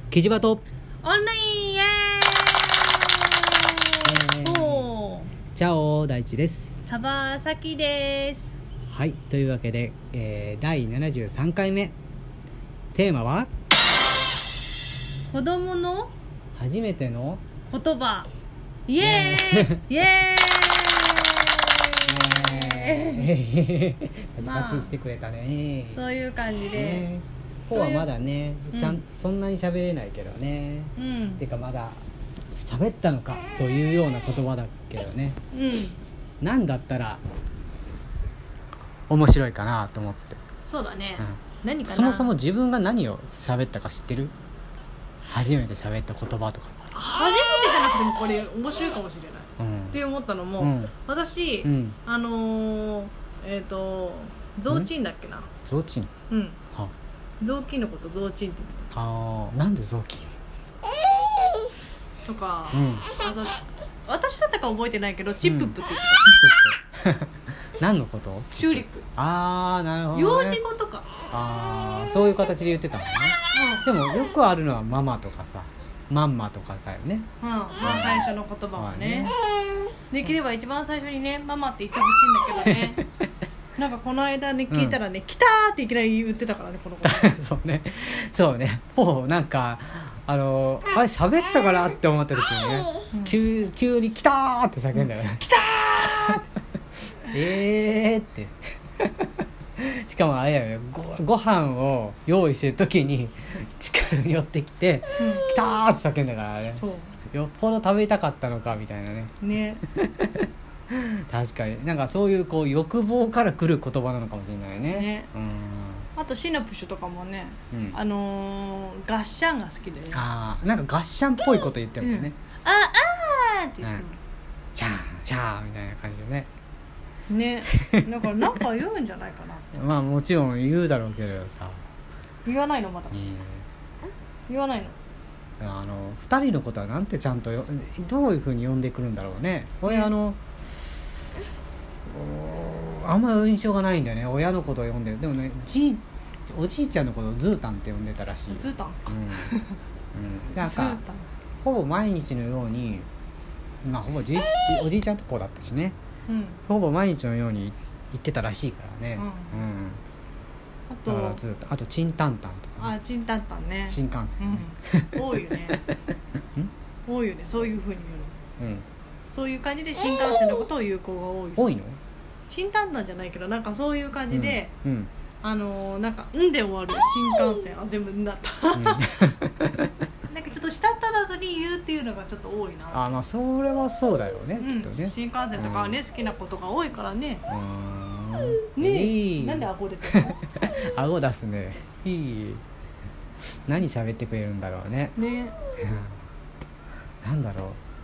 キジバトオンラインイエーイ、おーチャオ大地です。 サバサキです。 はい、というわけで、第73回目テーマは子供の初めての言葉イエーイイエーイパチパチしてくれたね、 そういう感じで、 こうはまだね、そんなに喋れないけどね、てかまだ喋ったのかというような言葉だけどね、なんだったら面白いかなと思って。 そうだね、何かな。 そもそも自分が何を喋ったか知ってる？初めて喋った言葉とか。 初めてじゃなくてもこれ面白いかもしれない、って思ったのも、私、雑巾だっけな。 雑巾。 雑巾のこと雑巾って言ってた。 なんで雑巾とか、あと私だったか覚えてないけどチップップって言ってた。 何のこと？ チューリップ。 なるほど、ね、 幼児語とか。 そういう形で言ってたのね、でもよくあるのはママとかさ、マンマとかだよね。まあ最初の言葉はね、できれば一番最初にねママって言ってほしいんだけどね。なんかこの間ね聞いたらね、来たーっていきなり言ってたからね、この子。 そうねもうなんかあれ喋ったかなって思った時にね、急に来たーって叫んだよね、来たーってってしかもあれやよね、ご飯を用意してる時に近くに寄ってきて、来たーって叫んだからね、よっぽど食べたかったのかみたいなね確かになんかそういうこう欲望から来る言葉なのかもしれないね。 あとシナプシュとかもね、ガッシャンが好きでね。 なんかガッシャンっぽいこと言ってるもんね。って言ってシャーシャーみたいな感じでね。 だからなんか言うんじゃないかな。 まあもちろん言うだろうけどさ。 言わないのまだ。言わないの。 2人のことはなんてちゃんとどういう風に呼んでくるんだろうね。俺あんまり印象がないんだよね、親のことを呼んでる。でもね、おじいちゃんのことをズータンって呼んでたらしい。 ズータンなんかほぼ毎日のように、ほぼおじいちゃんとこだったしね、ほぼ毎日のように言ってたらしいからね。あとチンタンタンとかね。 チンタンタンね、 新幹線ね、 多いよね多いよね、そういう風に言うの。そういう感じで新幹線のことを言う子が多いの。新タンタンじゃないけど、なんかそういう感じで、なんかで終わる新幹線全部だったなんかちょっと舌ただずに言うっていうのがちょっと多いな。 それはそうだよね、きっとね。 新幹線とかはね、好きなことが多いからね。なんで顎出てるの？ 顎出すね。何喋ってくれるんだろうね。なんだろ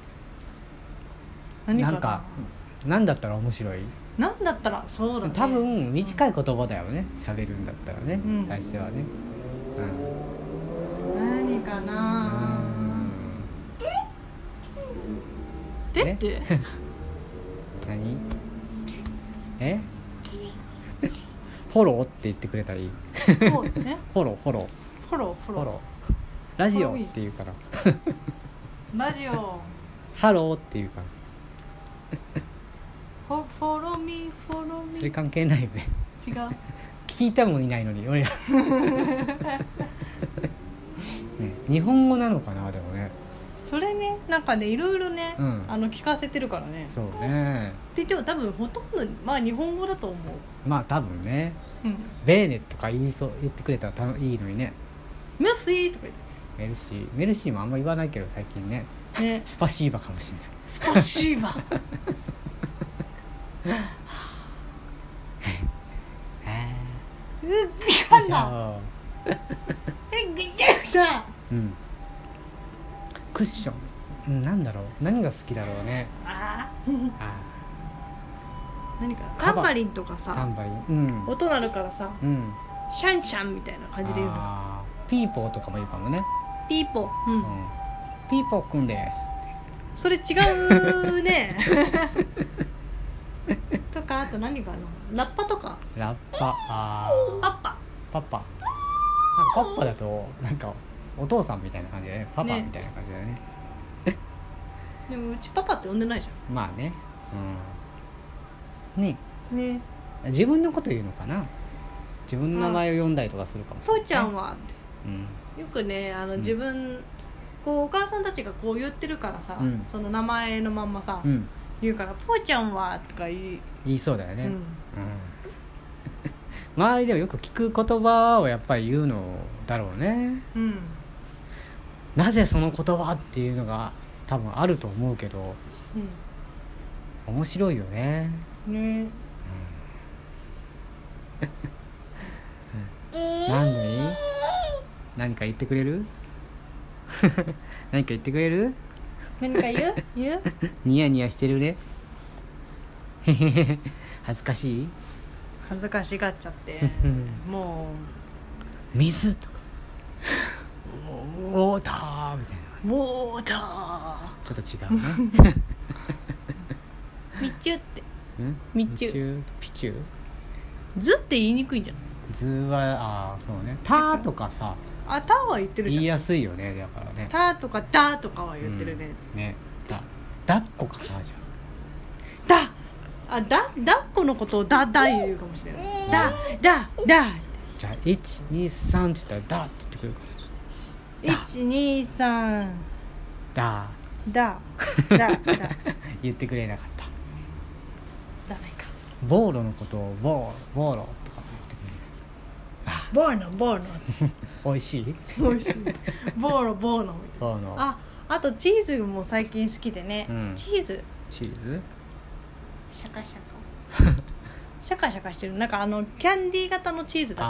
う。なんだったら面白い。 なんだったらそうだね。 多分短い言葉だよね、喋るんだったらね、最初はね。 何かな。でって何？フォローって言ってくれたらいい。フォローラジオって言うからラジオハローって言うからフォローミーそれ関係ないよね。 違う、 聞いてもいないのに俺ら日本語なのかな。でもね、 それね、なんかね、いろいろね、聞かせてるからね。 そうね。 って言っても多分ほとんど日本語だと思う。 多分ね、ベーネとか言ってくれたらいいのにね。 メルシーとか言って。 メルシーもあんま言わないけど最近ね。スパシーバかもしれない。 スパシーバなんだクッション、なんだろう、何が好きだろうね。 何かタンバリンとかさ、音鳴るからさ、シャンシャンみたいな感じで言うのか。 ピーポーとかも言うかもね。 ピーポー、 ピーポーくんです。 それ違うねとか、あと何かな、ラッパとか。 ラッパ、 パッパなんかパッパだとなんかお父さんみたいな感じだね、パパみたいな感じだね。 でもうちパパって呼んでないじゃん。 まあね、ね自分のこと言うのかな、自分の名前を呼んだりとかするかもしれない。 父ちゃんはって、よくね自分こうお母さんたちがこう言ってるからさ、その名前のまんまさ、言うから父ちゃんはとか言いそうだよね、周りでもよく聞く言葉をやっぱり言うのだろうね、なぜその言葉っていうのが多分あると思うけど、面白いよね。何か言ってくれる何か言ってくれる何か言うニヤニヤしてるね恥ずかしい、 恥ずかしがっちゃってもう水とかウォーターみたいな、 ウォーターちょっと違うねみちゅってみちゅピチュずって言いにくいんじゃん。 ずはそうね、たとかさ、 たは言ってるじゃん。 言いやすいよね、だからね。 たとかだとかは言ってるね。 ね、だっこかな、じゃあ。だっこのことをだ言うかもしれない。だじゃあ123って言ったらだって言ってくるから。 123 だ言ってくれなかった。 ダメか。 ボーロのことをボーロとか言ってくれる。 ボーノ美味しいボーノあとチーズも最近好きでね、チーズシャカシャカしてる、なんかキャンディー型のチーズだから。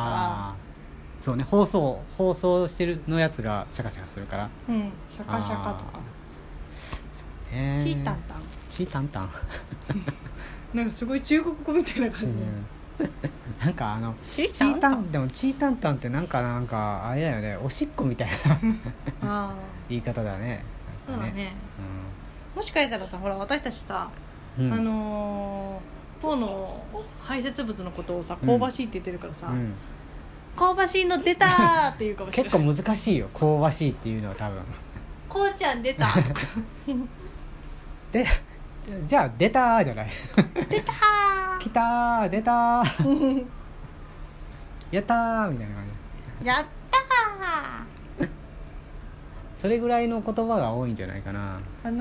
そうね、放送してるのやつがシャカシャカするから、 シャカシャカとか。 そうね、 チータンタンなんかすごい中国語みたいな感じ、 なんかチータンタンってなんかあれだよね、おしっこみたいな言い方だね。 そうだね、もしかしたらさ、ほら私たちさ、ポーの排泄物のことをさ香ばしいって言ってるからさ、香ばしいの出たーって言うかもしれない。 結構難しいよ、香ばしいっていうのは多分。 こうちゃん出たとかで、じゃあ出たーじゃない出たー来たー出たーやったーみたいな感じ。やったーそれぐらいの言葉が多いんじゃないかな。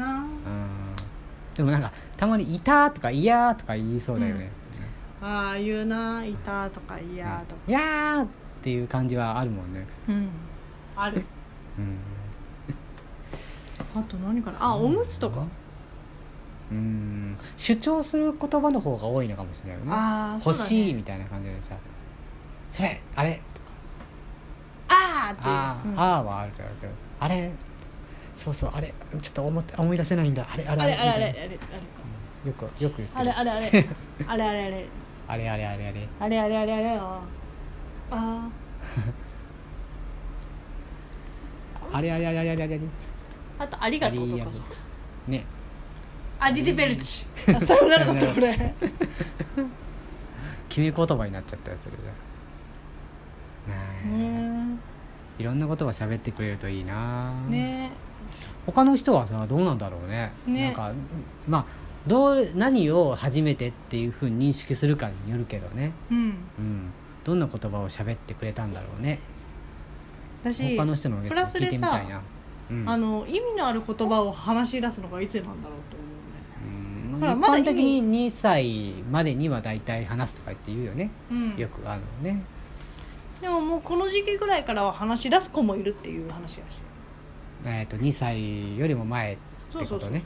でもなんかたまにいたーとかいやーとか言いそうだよね、 言うな、いたとかいやとか、 いやーっていう感じはあるもんね。 ある。あと何かな、おむつとか。 主張する言葉の方が多いのかもしれないよね。欲しいみたいな感じでさ、それあれとか、 っていう、 はあるけど、あれ、そうあれちょっと思い出せないんだ、あれよく言ってる。 あれあとありがとうとかさね、 アディディベルチさよならだったこれ決め言葉になっちゃったやつだね。いろんな言葉喋ってくれるといいなね。他の人はさどうなんだろうね。なんか何を初めてっていう風に認識するかによるけどね、どんな言葉を喋ってくれたんだろうね。 私他の人のやつを聞いてみたいな。 意味のある言葉を話し出すのがいつなんだろうと思うね。 一般的に2歳までにはだいたい話すとか言って言うよね、よくね。 でももうこの時期ぐらいからは話し出す子もいるっていう話らしい。 2歳よりも前ってことね。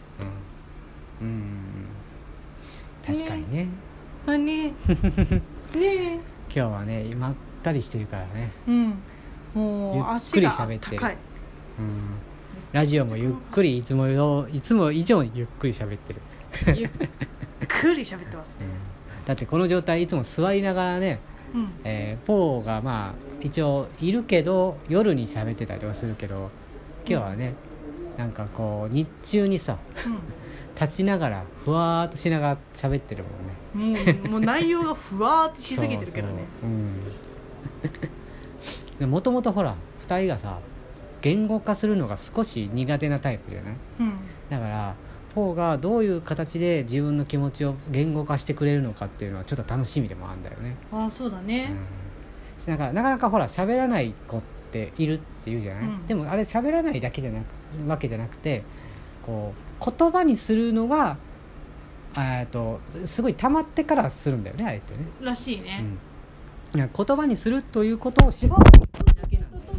確かにね。 ね今日はねまったりしてるからね。 もう足が高い。ラジオもゆっくりいつも以上にゆっくり喋ってる。 ゆっくり喋ってますね。 だってこの状態いつも座りながらね、ポーが一応いるけど夜に喋ってたりとかするけど、今日はねなんかこう日中にさ、立ちながらふわーっとしながら喋ってるもんね。もう内容がふわーっとしすぎてるけどね。 もともとほら2人がさ言語化するのが少し苦手なタイプじゃない、だからポーがどういう形で自分の気持ちを言語化してくれるのかっていうのはちょっと楽しみでもあるんだよね。 ああそうだね、 だからなかなかほら喋らない子っているって言うじゃない、でもあれ喋らないだけじゃなくわけじゃなくて、こう言葉にするのがすごい溜まってからするんだよね、あれってね。 らしいね、 言葉にするということをしばだけなんだよ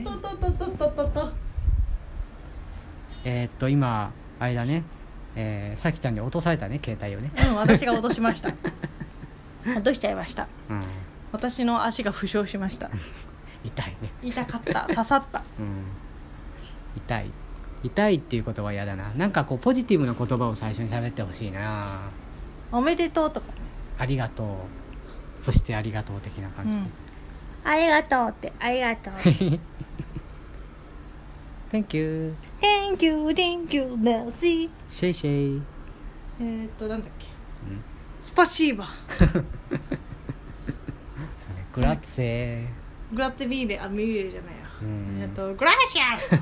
ね。今あれだね、さきちゃんに落とされたね、携帯をね。 私が落としました落としちゃいました、私の足が負傷しました痛いね。 痛かった、刺さった、 痛いっていう言葉は嫌だな。なんかこうポジティブな言葉を最初に喋ってほしいな。 おめでとうとか、 ありがとう、そしてありがとう的な感じ、 ありがとうって、ありがとう Thank you Thank you Thank you Merci シェイシェイ。 なんだっけ、スパシーバグラッツェグラッツェビーレ、ミーレじゃないや、グラシアス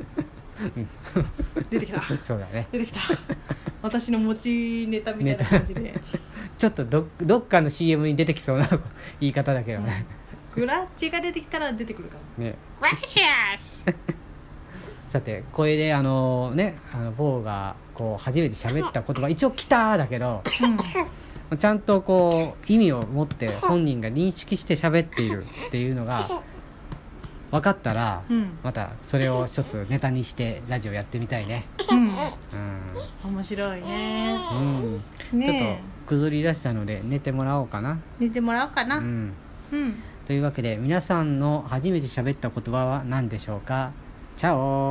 出てきたそうだね、 出てきた私の持ちネタみたいな感じでちょっと どっかの CM に出てきそうな言い方だけどね、 グラッチが出てきたら出てくるかもね。 グラシアスさてこれでボーがこう初めて喋った言葉、一応来ただけど、ちゃんとこう意味を持って本人が認識して喋っているっていうのが分かったら、またそれを一つネタにしてラジオやってみたいね。 面白いね。 ちょっと崩り出したので寝てもらおうかな。 寝てもらおうかな。 というわけで皆さんの初めて喋った言葉は何でしょうか。チャオ。